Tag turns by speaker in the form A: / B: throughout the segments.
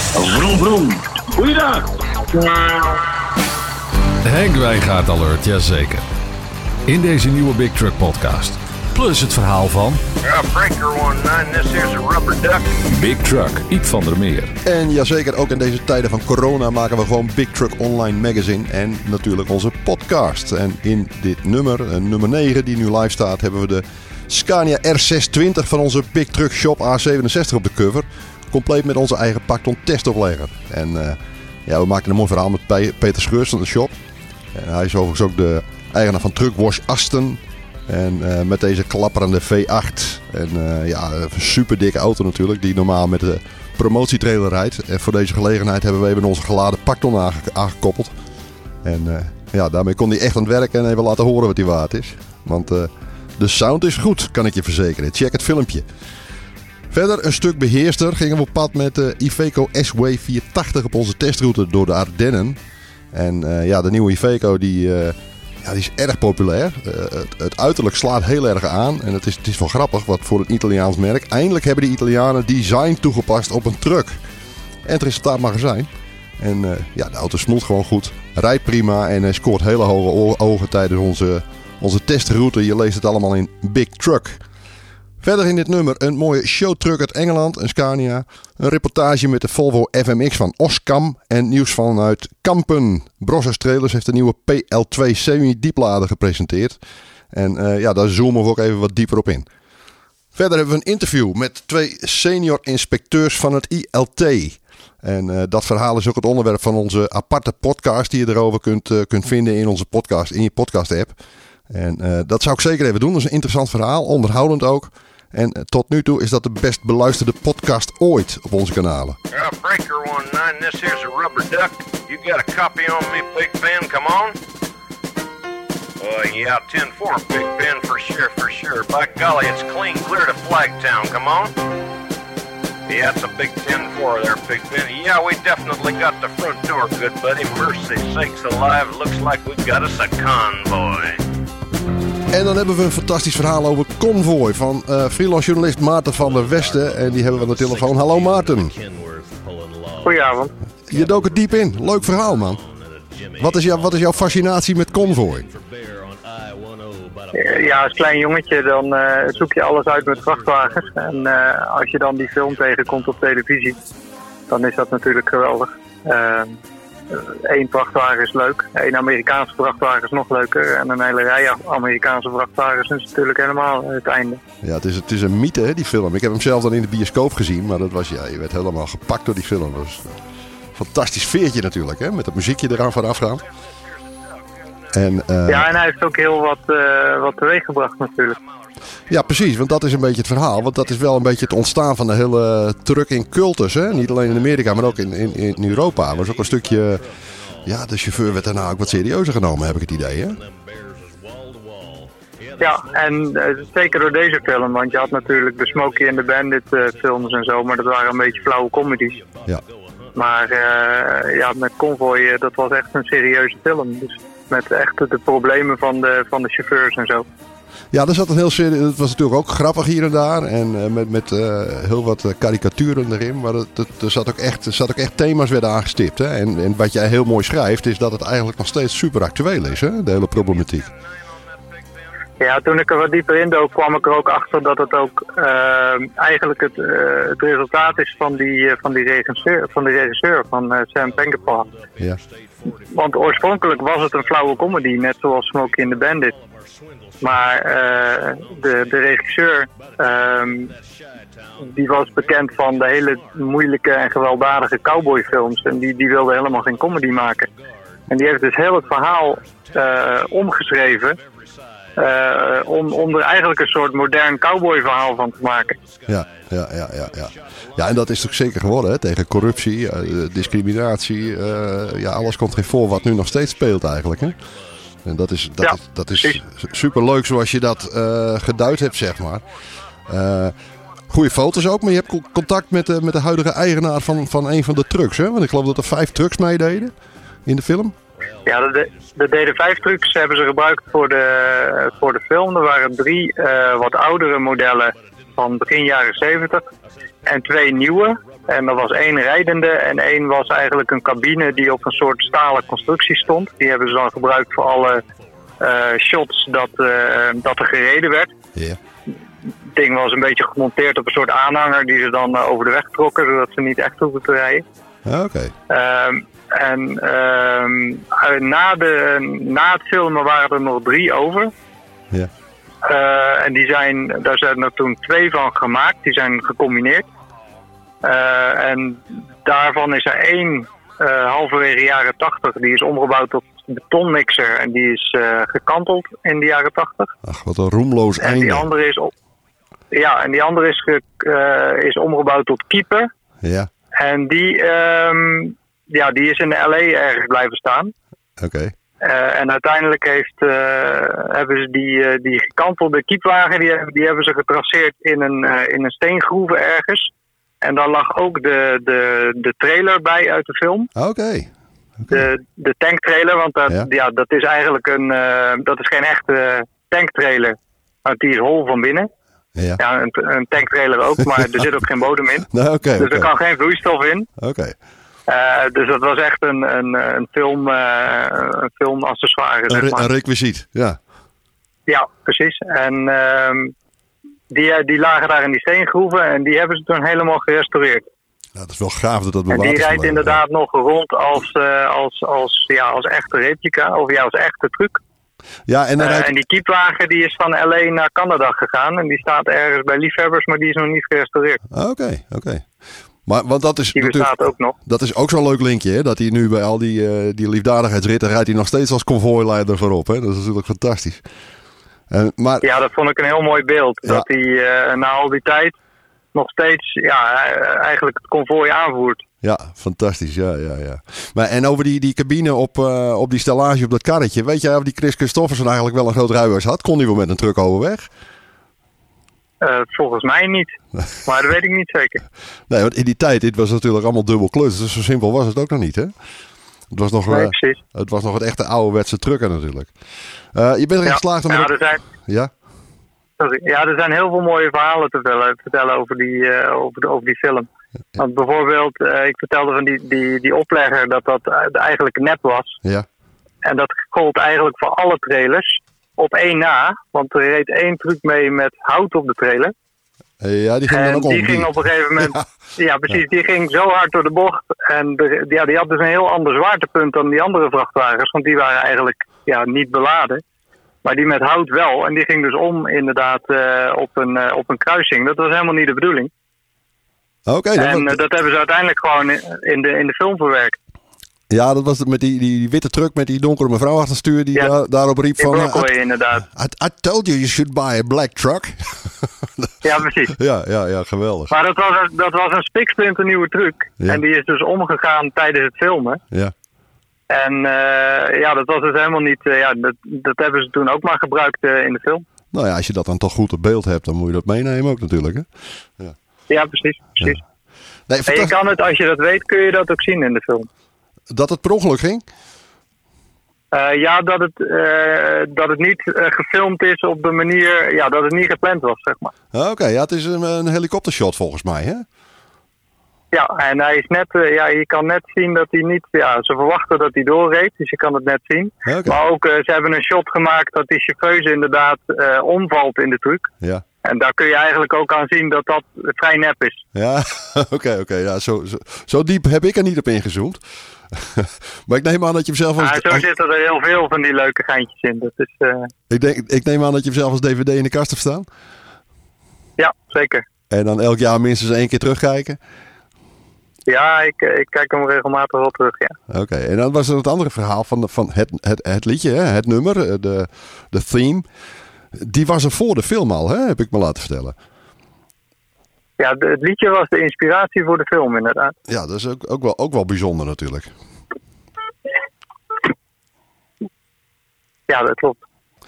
A: Vroom, vroom. Goeiedag.
B: Henk Wijngaard alert, jazeker. In deze nieuwe Big Truck podcast. Plus het verhaal van...
C: Breaker 19, this here's a rubber duck.
B: Big Truck, Iep van der Meer.
D: En jazeker, ook in deze tijden van corona maken we gewoon Big Truck Online Magazine. En natuurlijk onze podcast. En in dit nummer, nummer 9 die nu live staat, hebben we de Scania R620 van onze Big Truck Shop A67 op de cover. Compleet met onze eigen Pacton testoplegger. En we maakten een mooi verhaal met Peter Scheurs van de shop. En hij is overigens ook de eigenaar van Truckwash Asten. En met deze klapperende V8. En een super dikke auto natuurlijk. Die normaal met de promotietrailer rijdt. En voor deze gelegenheid hebben we even onze geladen Pacton aangekoppeld. En daarmee kon hij echt aan het werken en even laten horen wat hij waard is. Want de sound is goed, kan ik je verzekeren. Check het filmpje. Verder een stuk beheerster gingen we op pad met de Iveco SW 480 op onze testroute door de Ardennen. En de nieuwe Iveco die is erg populair. Het uiterlijk slaat heel erg aan. En het is wel grappig, wat voor een Italiaans merk. Eindelijk hebben de Italianen design toegepast op een truck. En het resultaat mag er zijn. En de auto snoelt gewoon goed. Rijdt prima en scoort hele hoge ogen tijdens onze testroute. Je leest het allemaal in Big Truck. Verder in dit nummer een mooie showtruck uit Engeland, een Scania. Een reportage met de Volvo FMX van Oskam. En nieuws vanuit Kampen. Brosses Trailers heeft de nieuwe PL2 semi-dieplader gepresenteerd. En daar zoomen we ook even wat dieper op in. Verder hebben we een interview met 2 senior inspecteurs van het ILT. En dat verhaal is ook het onderwerp van onze aparte podcast die je erover kunt vinden in onze podcast, in je podcast app. En dat zou ik zeker even doen. Dat is een interessant verhaal, onderhoudend ook. En tot nu toe is dat de best beluisterde podcast ooit op onze kanalen.
C: Breaker 19, this here's a rubber duck. You got a copy on me, Big Ben? Come on. 10-4, Big Ben, for sure. By golly, it's clean clear to Flagtown. Come on. Yeah, it's a big 10-4 there, Big Ben. Yeah, we definitely got the front door, good buddy. Mercy sakes alive, looks like we've got us a convoy.
D: En dan hebben we een fantastisch verhaal over Convoy van freelance journalist Maarten van der Westen. En die hebben we aan de telefoon. Hallo Maarten.
E: Goedenavond.
D: Je dook er diep in. Leuk verhaal, man. Wat is jouw fascinatie met Convoy?
E: Ja, als klein jongetje dan zoek je alles uit met vrachtwagens. En als je dan die film tegenkomt op televisie, dan is dat natuurlijk geweldig. Eén vrachtwagen is leuk. Eén Amerikaanse vrachtwagen is nog leuker. En een hele rij Amerikaanse vrachtwagens is natuurlijk helemaal het einde. Ja,
D: het is een mythe, hè, die film. Ik heb hem zelf dan in de bioscoop gezien. Maar dat was, je werd helemaal gepakt door die film. Dat was een fantastisch veertje natuurlijk, hè. Met dat muziekje eraan voorafgaand. En
E: hij heeft ook heel wat teweeggebracht natuurlijk.
D: Ja, precies. Want dat is een beetje het verhaal. Want dat is wel een beetje het ontstaan van de hele trucking cultus. Hè? Niet alleen in Amerika, maar ook in Europa. Er was ook een stukje... Ja, de chauffeur werd daarna ook wat serieuzer genomen, heb ik het idee, hè?
E: Ja, en zeker door deze film. Want je had natuurlijk de Smokey and the Bandit films en zo. Maar dat waren een beetje flauwe comedies.
D: Ja. Maar
E: met Convoy, dat was echt een serieuze film. Dus met echt de problemen van de chauffeurs en zo.
D: Ja, er zat een heel serie. Het was natuurlijk ook grappig hier en daar. En met heel wat karikaturen erin. Maar er zat ook echt thema's werden aangestipt. Hè? En wat jij heel mooi schrijft, is dat het eigenlijk nog steeds super actueel is. Hè? De hele problematiek.
E: Ja, toen ik er wat dieper in dook, kwam ik er ook achter dat het ook eigenlijk het resultaat is van die regisseur van Sam Peckinpah.
D: Ja.
E: Want oorspronkelijk was het een flauwe comedy, net zoals Smokey and the Bandit. Maar de regisseur die was bekend van de hele moeilijke en gewelddadige cowboyfilms. En die wilde helemaal geen comedy maken. En die heeft dus heel het verhaal omgeschreven. Om er eigenlijk een soort modern cowboyverhaal van te maken.
D: Ja. Ja, en dat is toch zeker geworden, hè? Tegen corruptie, discriminatie. Alles komt erin voor wat nu nog steeds speelt eigenlijk, hè? En dat is super leuk zoals je dat geduid hebt, zeg maar. Goeie foto's ook, maar je hebt contact met de huidige eigenaar van een van de trucks, hè? Want ik geloof dat er 5 trucks meededen in de film.
E: Ja, de deden 5 trucks hebben ze gebruikt voor de film. Er waren 3 wat oudere modellen van begin jaren 70 en 2 nieuwe. En er was 1 rijdende en 1 was eigenlijk een cabine die op een soort stalen constructie stond. Die hebben ze dan gebruikt voor alle shots dat er gereden werd.
D: Ja.
E: Het ding was een beetje gemonteerd op een soort aanhanger die ze dan over de weg trokken, zodat ze niet echt hoeven te rijden.
D: Oké.
E: Na het filmen waren er nog 3 over.
D: Ja.
E: En daar zijn er toen 2 van gemaakt, die zijn gecombineerd. En daarvan is er 1 halverwege jaren 80, die is omgebouwd tot betonmixer en die is gekanteld in de jaren 80.
D: Ach, wat een roemloos einde.
E: En die andere is omgebouwd tot keeper.
D: Ja.
E: En die is in LA ergens blijven staan.
D: Oké.
E: En uiteindelijk hebben ze die gekantelde kiepwagen, die hebben ze getraceerd in een steengroeve ergens. En daar lag ook de trailer bij uit de film.
D: Oké.
E: De tanktrailer, want dat is eigenlijk dat is geen echte tanktrailer. Want die is hol van binnen. Ja, een tanktrailer ook, maar er zit ook geen bodem in.
D: Nou,
E: dus er kan geen vloeistof in.
D: Oké.
E: Dus dat was echt een filmaccessoire.
D: Een requisiet, ja.
E: Ja, precies. En die lagen daar in die steengroeven en die hebben ze toen helemaal gerestaureerd.
D: Ja, dat is wel gaaf dat bewaard is.
E: En die rijdt inderdaad nog rond als echte replica, of als echte truc. Ja, en die kiepwagen die is van LA naar Canada gegaan en die staat ergens bij liefhebbers, maar die is nog niet gerestaureerd.
D: Oké. Maar want dat is
E: die bestaat ook nog.
D: Dat is ook zo'n leuk linkje, hè? Dat hij nu bij al die liefdadigheidsritten rijdt hij nog steeds als konvooileider voorop, hè? Dat is natuurlijk fantastisch.
E: Ja, dat vond ik een heel mooi beeld. Ja. Dat hij na al die tijd nog steeds eigenlijk het konvooi aanvoert.
D: Ja, fantastisch. Ja. Maar, en over die cabine op die stellage op dat karretje. Weet jij of die Chris Christofferson eigenlijk wel een groot rijbewijs had? Kon hij wel met een truck overweg?
E: Volgens mij niet. Maar dat weet ik niet zeker.
D: Nee, want in die tijd, dit was natuurlijk allemaal dubbel klus. Dus zo simpel was het ook nog niet, hè? Het was nog,
E: precies.
D: Het was nog het echte ouderwetse trucker natuurlijk. Je bent erin geslaagd om...
E: Ja, er zijn heel veel mooie verhalen te vertellen over die film. Want bijvoorbeeld, ik vertelde van die oplegger dat eigenlijk nep was.
D: Ja.
E: En dat gold eigenlijk voor alle trailers op 1 na. Want er reed 1 truck mee met hout op de trailer.
D: Ja, die ging dan ook om.
E: Die ging op een gegeven moment... Ja, precies. Die ging zo hard door de bocht. En die had dus een heel ander zwaartepunt dan die andere vrachtwagens. Want die waren eigenlijk niet beladen. Maar die met hout wel. En die ging dus om inderdaad op een kruising. Dat was helemaal niet de bedoeling.
D: Oké.
E: Dat hebben ze uiteindelijk gewoon in de film verwerkt.
D: Ja, dat was met die witte truck met die donkere mevrouw achter het stuur die daarop riep van...
E: Brockway, inderdaad.
D: I told you should buy a black truck.
E: Ja, precies.
D: Ja, geweldig.
E: Maar dat was een spiksplinternieuwe truck. Ja. En die is dus omgegaan tijdens het filmen.
D: Ja.
E: En dat was dus helemaal niet... dat hebben ze toen ook maar gebruikt in de film.
D: Nou ja, als je dat dan toch goed op beeld hebt, dan moet je dat meenemen ook natuurlijk, hè?
E: Ja, precies.
D: Ja. Nee,
E: en je kan het, als je dat weet, kun je dat ook zien in de film.
D: Dat het per ongeluk ging?
E: Dat het niet gefilmd is op de manier... Ja, dat het niet gepland was, zeg maar.
D: Oké, het is een helikoptershot volgens mij, hè?
E: Ja, en hij is net... je kan net zien dat hij niet... Ja, ze verwachten dat hij doorreed, dus je kan het net zien.
D: Okay.
E: Maar ook, ze hebben een shot gemaakt dat die chauffeuse inderdaad omvalt in de truck.
D: Ja.
E: En daar kun je eigenlijk ook aan zien dat dat vrij nep is.
D: Ja, oké. Ja, zo diep heb ik er niet op ingezoomd. Maar ik neem aan dat je hem zelf...
E: Zo zitten er heel veel van die leuke geintjes in. Dat is,
D: Ik neem aan dat je hem zelf als DVD in de kast hebt staan?
E: Ja, zeker.
D: En dan elk jaar minstens 1 keer terugkijken?
E: Ja, ik kijk hem regelmatig wel terug, ja.
D: Oké, en dan was er het andere verhaal van het liedje, hè? Het nummer, de theme. Die was er voor de film al, hè? Heb ik me laten vertellen.
E: Ja, het liedje was de inspiratie voor de film, inderdaad.
D: Ja, dat is ook wel bijzonder natuurlijk.
E: Ja, dat klopt.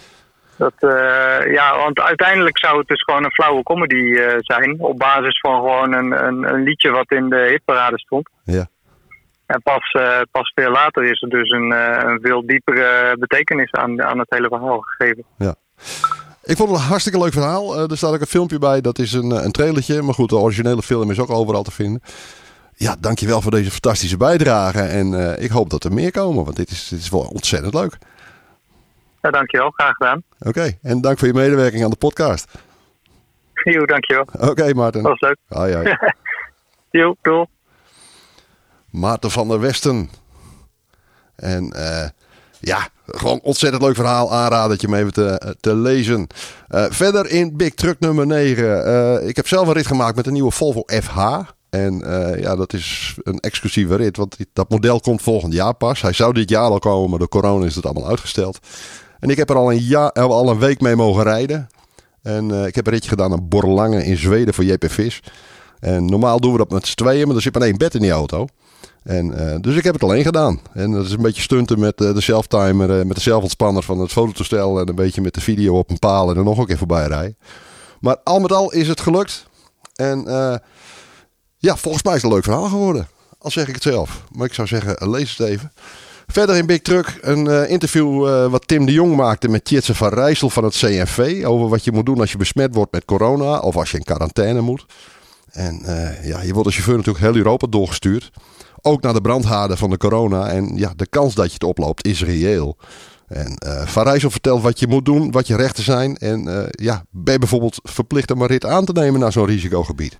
E: Want uiteindelijk zou het dus gewoon een flauwe comedy zijn. Op basis van gewoon een liedje wat in de hitparade stond.
D: Ja.
E: En pas veel later is er dus een veel diepere betekenis aan het hele verhaal gegeven.
D: Ja. Ik vond het een hartstikke leuk verhaal. Er staat ook een filmpje bij. Dat is een trailertje. Maar goed, de originele film is ook overal te vinden. ja, dankjewel voor deze fantastische bijdrage. En ik hoop dat er meer komen, want dit is wel ontzettend leuk.
E: Ja, dankjewel. Graag gedaan.
D: Oké, en dank voor je medewerking aan de podcast.
E: Jo, dankjewel.
D: Oké, Maarten.
E: Dat was leuk.
D: Hoi.
E: Jo, doei.
D: Maarten van der Westen. En gewoon ontzettend leuk verhaal. Aanradertje om even te lezen. Verder in Big Truck nummer 9. Ik heb zelf een rit gemaakt met een nieuwe Volvo FH. En dat is een exclusieve rit. Want dat model komt volgend jaar pas. Hij zou dit jaar al komen, maar door corona is het allemaal uitgesteld. En ik heb er al een week mee mogen rijden. En ik heb een ritje gedaan naar Borlange in Zweden voor JP Vis. En normaal doen we dat met z'n tweeën, maar er zit maar 1 bed in die auto. En dus ik heb het alleen gedaan. En dat is een beetje stunten met de selftimer, met de zelfontspanner van het fototoestel en een beetje met de video op een paal en er nog een keer voorbij rijden. Maar al met al is het gelukt. En volgens mij is het een leuk verhaal geworden. Al zeg ik het zelf. Maar ik zou zeggen, lees het even. Verder in Big Truck een interview wat Tim de Jong maakte met Tjitse van Rijssel van het CNV. Over wat je moet doen als je besmet wordt met corona of als je in quarantaine moet. En je wordt als chauffeur natuurlijk heel Europa doorgestuurd. Ook naar de brandhaarden van de corona. En ja, de kans dat je het oploopt is reëel. En Van Rijssel vertelt wat je moet doen, wat je rechten zijn. En ben je bijvoorbeeld verplicht om een rit aan te nemen naar zo'n risicogebied.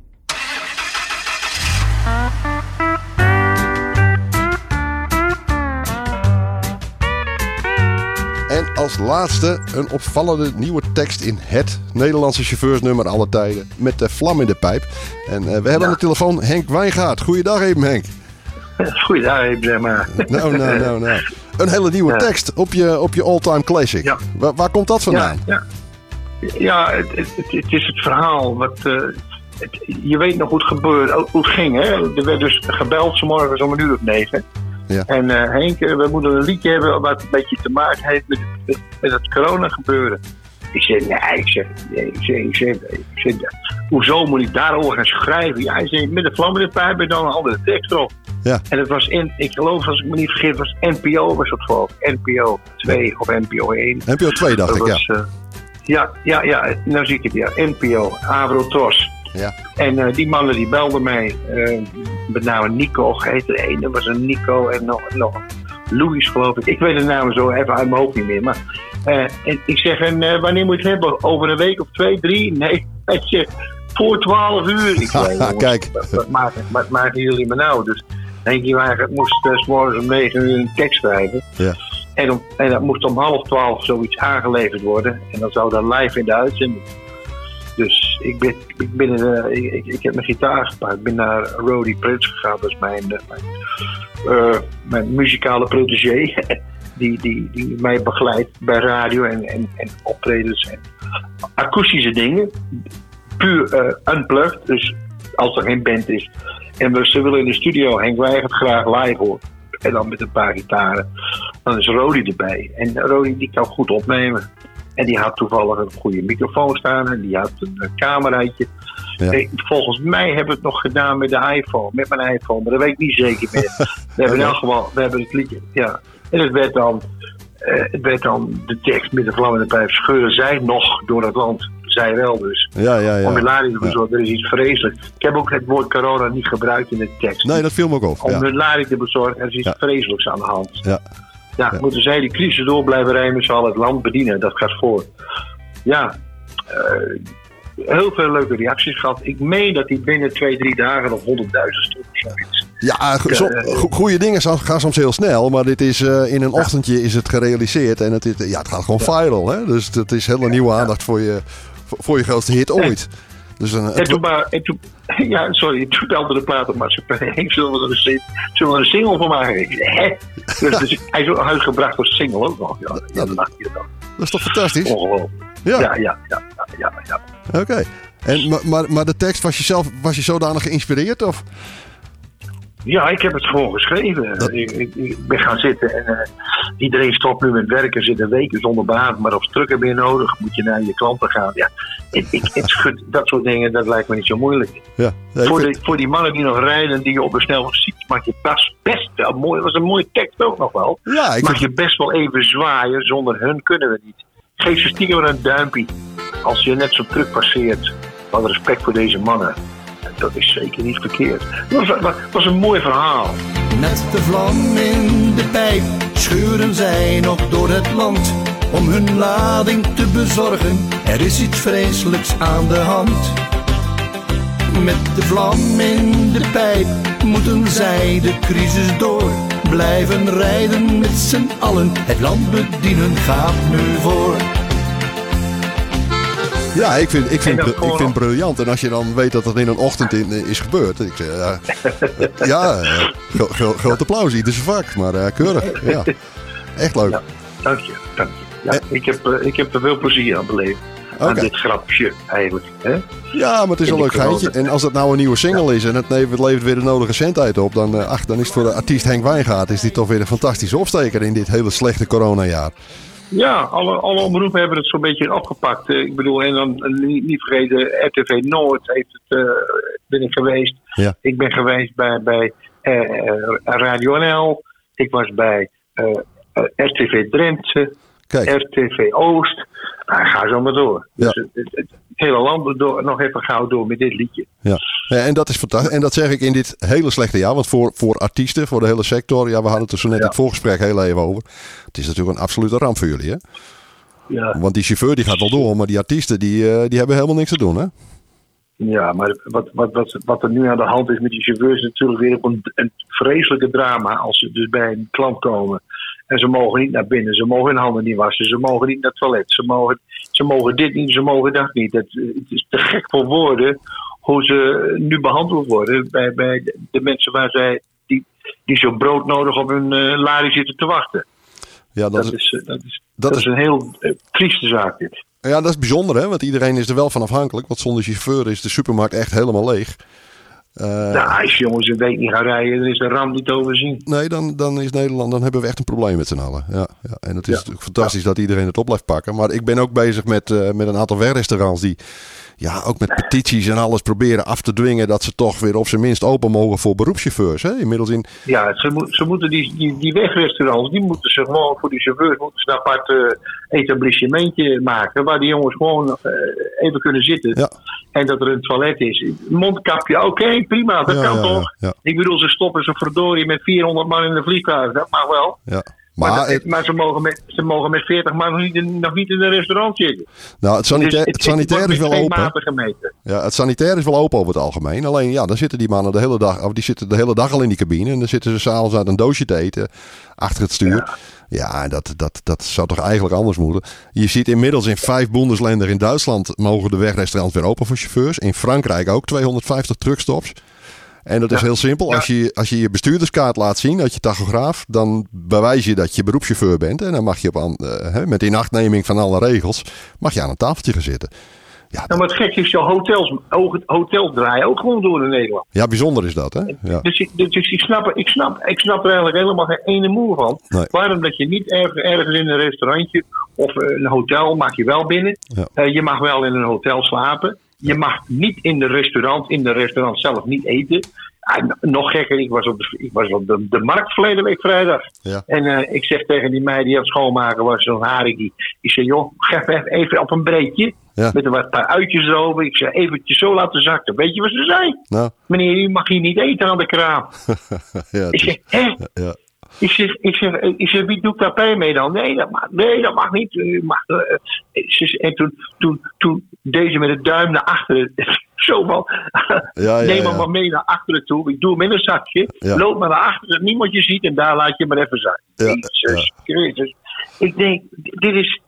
D: En als laatste een opvallende nieuwe tekst in het Nederlandse chauffeursnummer aller tijden. Met de vlam in de pijp. En we hebben aan de telefoon Henk Wijngaard. Goeiedag even, Henk.
F: Goeiedag even, zeg maar.
D: Nou. Een hele nieuwe tekst op je all-time classic. Ja. Waar komt dat vandaan?
F: Ja, het is het verhaal wat... je weet nog hoe het gebeurde, hoe het ging. Hè? Er werd dus gebeld 's morgens om 1:09. Ja. En Henk, we moeten een liedje hebben wat een beetje te maken heeft met het corona gebeuren. Ik zeg, hoezo moet ik daarover gaan schrijven? Ja, hij zei, met de vlam in de pijp en dan een andere tekst erop. Ja. En het was ik geloof, als ik me niet vergis, was NPO was het volk. NPO 2 of NPO 1.
D: NPO 2 dacht ik,
F: ja. Ja, nou zie ik het, ja. NPO, Avro-Tros.
D: Ja.
F: En die mannen die belden mij, met name Nico, heette er een, er was een Nico en nog een Louis geloof ik. Ik weet de namen zo even uit mijn hoofd niet meer. Maar en ik zeg, wanneer moet je het hebben? Over een week of 2, 3? Nee, weet je, voor 12 uur. Ik zei,
D: kijk.
F: Wat maken jullie me nou? Dus Henk Wijngaard moest 's morgens om 9 uur een tekst schrijven. Ja. En dat moest om 11:30 zoiets aangeleverd worden. En dan zou dat live in de uitzending. Dus ik heb mijn gitaar gepakt. Ik ben naar Rody Prince gegaan. Dat is mijn muzikale protégé. Die mij begeleidt bij radio en optredens en akoestische dingen. Puur unplugged. Dus als er geen band is. En ze willen in de studio Henk Wijngaard graag live horen. En dan met een paar gitaren. Dan is Rody erbij. En Rody die kan goed opnemen. En die had toevallig een goede microfoon staan. En die had een cameraatje. Ja. Volgens mij hebben we het nog gedaan met de iPhone. Met mijn iPhone. Maar dat weet ik niet zeker meer. We hebben het liedje. Ja. En het werd dan de tekst met de vlam in de pijp. Scheuren zij nog door het land. Zij wel dus.
D: Ja.
F: Om hilarie te bezorgen. Er is iets vreselijks. Ik heb ook het woord corona niet gebruikt in de tekst.
D: Nee, dat viel me ook op.
F: Om hilarie te bezorgen. Er is iets vreselijks aan de hand.
D: Ja.
F: Moeten zij die crisis door blijven rijden, zal het land bedienen. Dat gaat voor. Ja, heel veel leuke reacties gehad. Ik meen dat die binnen 2-3 dagen nog 100.000 stond of zoiets.
D: Ja, goede dingen gaan soms heel snel. Maar dit is in een ochtendje is het gerealiseerd. En het gaat gewoon viral. Hè? Dus het is hele nieuwe aandacht voor je grootste hit ooit. Dus toen belde de platenmaatschappij. Henk, zullen we er een single van maken? Dus hij is gebracht als single ook nog. Ja, dat dacht je dan. Dat is toch fantastisch?
F: Ongelooflijk. Ja.
D: Oké. Maar de tekst, was je zodanig geïnspireerd? Of?
F: Ja, ik heb het gewoon geschreven. Ik ben gaan zitten en iedereen stopt nu met werken, zit een week zonder baan, maar of trucken ben je nodig, moet je naar je klanten gaan. Ja, dat soort dingen, dat lijkt me niet zo moeilijk.
D: Ja,
F: voor die mannen die nog rijden, die je op een snelweg ziet, mag je best wel mooi, dat was een mooie tekst ook nog wel.
D: Ja,
F: mag je best wel even zwaaien, zonder hun kunnen we niet. Geef ze stiekem een duimpje als je net zo'n truck passeert. Wat respect voor deze mannen. dat is zeker niet verkeerd. Het was een mooi verhaal.
G: Met de vlam in de pijp scheuren zij nog door het land om hun lading te bezorgen. Er is iets vreselijks aan de hand. Met de vlam in de pijp moeten zij de crisis door. Blijven rijden met z'n allen, het land bedienen gaat nu voor.
D: Ja, ik vind het briljant. En als je dan weet dat dat in een ochtend is gebeurd. Ik zeg, groot applaus. Ieder zijn vak, maar keurig. Ja. Echt leuk.
F: Ja, dank je. Ja, ik heb er veel plezier aan beleefd. Aan dit grapje eigenlijk. Hè?
D: Ja, maar het is een leuk geintje. En als dat nou een nieuwe single is en het levert weer de nodige centheid op. Dan is het voor de artiest Henk Wijngaard is die toch weer een fantastische opsteker in dit hele slechte coronajaar.
F: Ja, alle omroepen hebben het zo'n beetje opgepakt. Ik bedoel, en dan niet vergeten, RTV Noord ben ik geweest. Ja. Ik ben geweest bij Radio NL. Ik was bij RTV Drenthe. Kijk. RTV Oost. Ga zo maar door. Ja. Dus het hele land nog even gauw door met dit liedje.
D: Ja. En dat is fantastisch. En dat zeg ik in dit hele slechte jaar. Want voor artiesten, voor de hele sector. Ja, we hadden het er zo net in het voorgesprek heel even over. Het is natuurlijk een absolute ramp voor jullie, hè? Ja. Want die chauffeur die gaat wel door. Maar die artiesten die hebben helemaal niks te doen, hè?
F: Ja, maar wat er nu aan de hand is met die chauffeurs is natuurlijk weer een vreselijke drama. Als ze dus bij een klant komen. En ze mogen niet naar binnen, ze mogen hun handen niet wassen, ze mogen niet naar het toilet, ze mogen dit niet, ze mogen dat niet. Het is te gek voor woorden hoe ze nu behandeld worden bij de mensen waar zij die zo broodnodig op hun larie zitten te wachten. Ja, dat is een heel trieste zaak dit.
D: Ja, dat is bijzonder, hè? Want iedereen is er wel van afhankelijk. Want zonder chauffeur is de supermarkt echt helemaal leeg.
F: Als jongens een week niet gaan rijden, dan is de ramp niet te overzien.
D: Nee, dan is Nederland, dan hebben we echt een probleem met z'n allen. Ja. En het is natuurlijk fantastisch dat iedereen het op blijft pakken. Maar ik ben ook bezig met een aantal werkrestaurants die ook met petities en alles proberen af te dwingen dat ze toch weer op zijn minst open mogen voor beroepschauffeurs. Hè? Inmiddels in...
F: Ja, ze moeten die wegrestaurants, die moeten ze gewoon voor die chauffeurs een apart etablissementje maken waar die jongens gewoon even kunnen zitten. Ja. En dat er een toilet is. Mondkapje, oké, prima, dat kan toch? Ja. Ik bedoel, ze stoppen ze verdorie met 400 man in een vliegtuig. Dat mag wel. Ja. Maar ze mogen met 40 man nog niet in een restaurant zitten.
D: Nou, het sanitair is wel open. Ja, het sanitair is wel open over het algemeen. Alleen dan zitten die mannen die zitten de hele dag al in die cabine. En dan zitten ze s'avonds uit een doosje te eten achter het stuur. Ja, dat zou toch eigenlijk anders moeten. Je ziet inmiddels in 5 Bundesländer in Duitsland mogen de wegrestaurants weer open voor chauffeurs. In Frankrijk ook 250 truckstops. En dat is heel simpel. Als je je bestuurderskaart laat zien uit je tachograaf, dan bewijs je dat je beroepschauffeur bent. En dan mag je met inachtneming van alle regels, mag je aan een tafeltje gaan zitten. Ja,
F: maar het gek is, hotels draaien ook gewoon door in Nederland.
D: Ja, bijzonder is dat, hè? Ja. Dus
F: ik snap er eigenlijk helemaal geen ene moer van. Nee. Waarom dat je niet ergens in een restaurantje of een hotel mag je wel binnen. Ja. Je mag wel in een hotel slapen. Je mag niet in de restaurant zelf niet eten. Nog gekker, ik was op de markt verleden week vrijdag. Ja. En ik zeg tegen die meid die aan het schoonmaken was, zo'n harikie. Ik zeg, joh, geef even op een breedje. Ja. Met een paar uitjes erover. Ik zeg, eventjes zo laten zakken. Weet je wat ze zei? Nou. Meneer, u mag hier niet eten aan de kraam. Ik zeg, hè? Ja. Ik zeg, wie doet daar mee dan? Nee, dat mag niet. En toen deze met de duim naar achteren. Zo van, neem hem maar mee naar achteren toe. Ik doe hem in een zakje. Ja. Loop maar naar achteren. Niemand je ziet en daar laat je maar even zakken. Jezus Christus. Ik denk, dit is...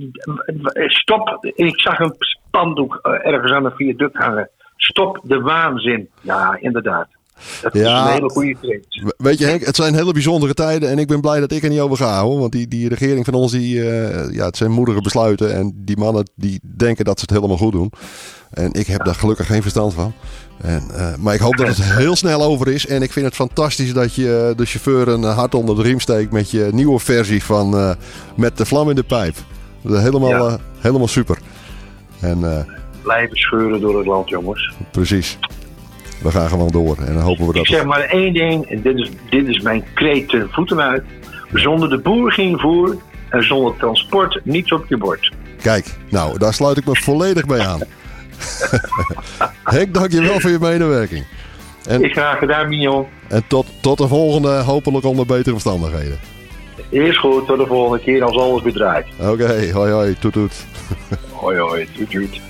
F: Stop. Ik zag een spandoek ergens aan de viaduct hangen. Stop de waanzin. Ja, inderdaad. Dat is een hele goede trend.
D: Weet je Henk, het zijn hele bijzondere tijden en ik ben blij dat ik er niet over ga hoor. Want die regering van ons, het zijn moedige besluiten en die mannen die denken dat ze het helemaal goed doen. En ik heb daar gelukkig geen verstand van. Maar ik hoop dat het heel snel over is. En ik vind het fantastisch dat je de chauffeur een hart onder de riem steekt met je nieuwe versie van Met de Vlam in de Pijp. Helemaal super.
F: Blijven scheuren door het land, jongens.
D: Precies. We gaan gewoon door en dan hopen we dat...
F: Ik zeg maar één ding, en dit is mijn kreet ten voeten uit. Zonder de boer geen voer en zonder transport niets op je bord.
D: Kijk, nou, daar sluit ik me volledig bij aan. Henk, dankjewel voor je medewerking.
F: Ik graag gedaan, Mignon.
D: En tot de volgende, hopelijk onder betere omstandigheden.
F: Eerst goed, tot de volgende keer als alles bedraait.
D: Oké, hoi hoi, toet toet.
F: Hoi hoi, toet toet.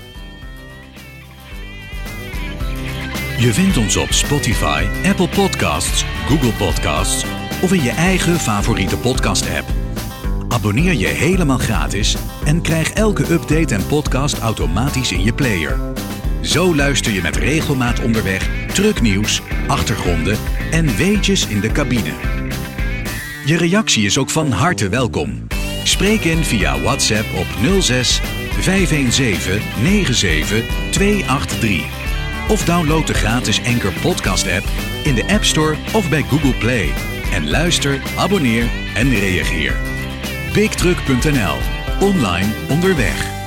H: Je vindt ons op Spotify, Apple Podcasts, Google Podcasts of in je eigen favoriete podcast-app. Abonneer je helemaal gratis en krijg elke update en podcast automatisch in je player. Zo luister je met regelmaat onderweg, trucknieuws, achtergronden en weetjes in de cabine. Je reactie is ook van harte welkom. Spreek in via WhatsApp op 06 517 97 283. Of download de gratis Anchor Podcast app in de App Store of bij Google Play. En luister, abonneer en reageer. BigTruck.nl. Online onderweg.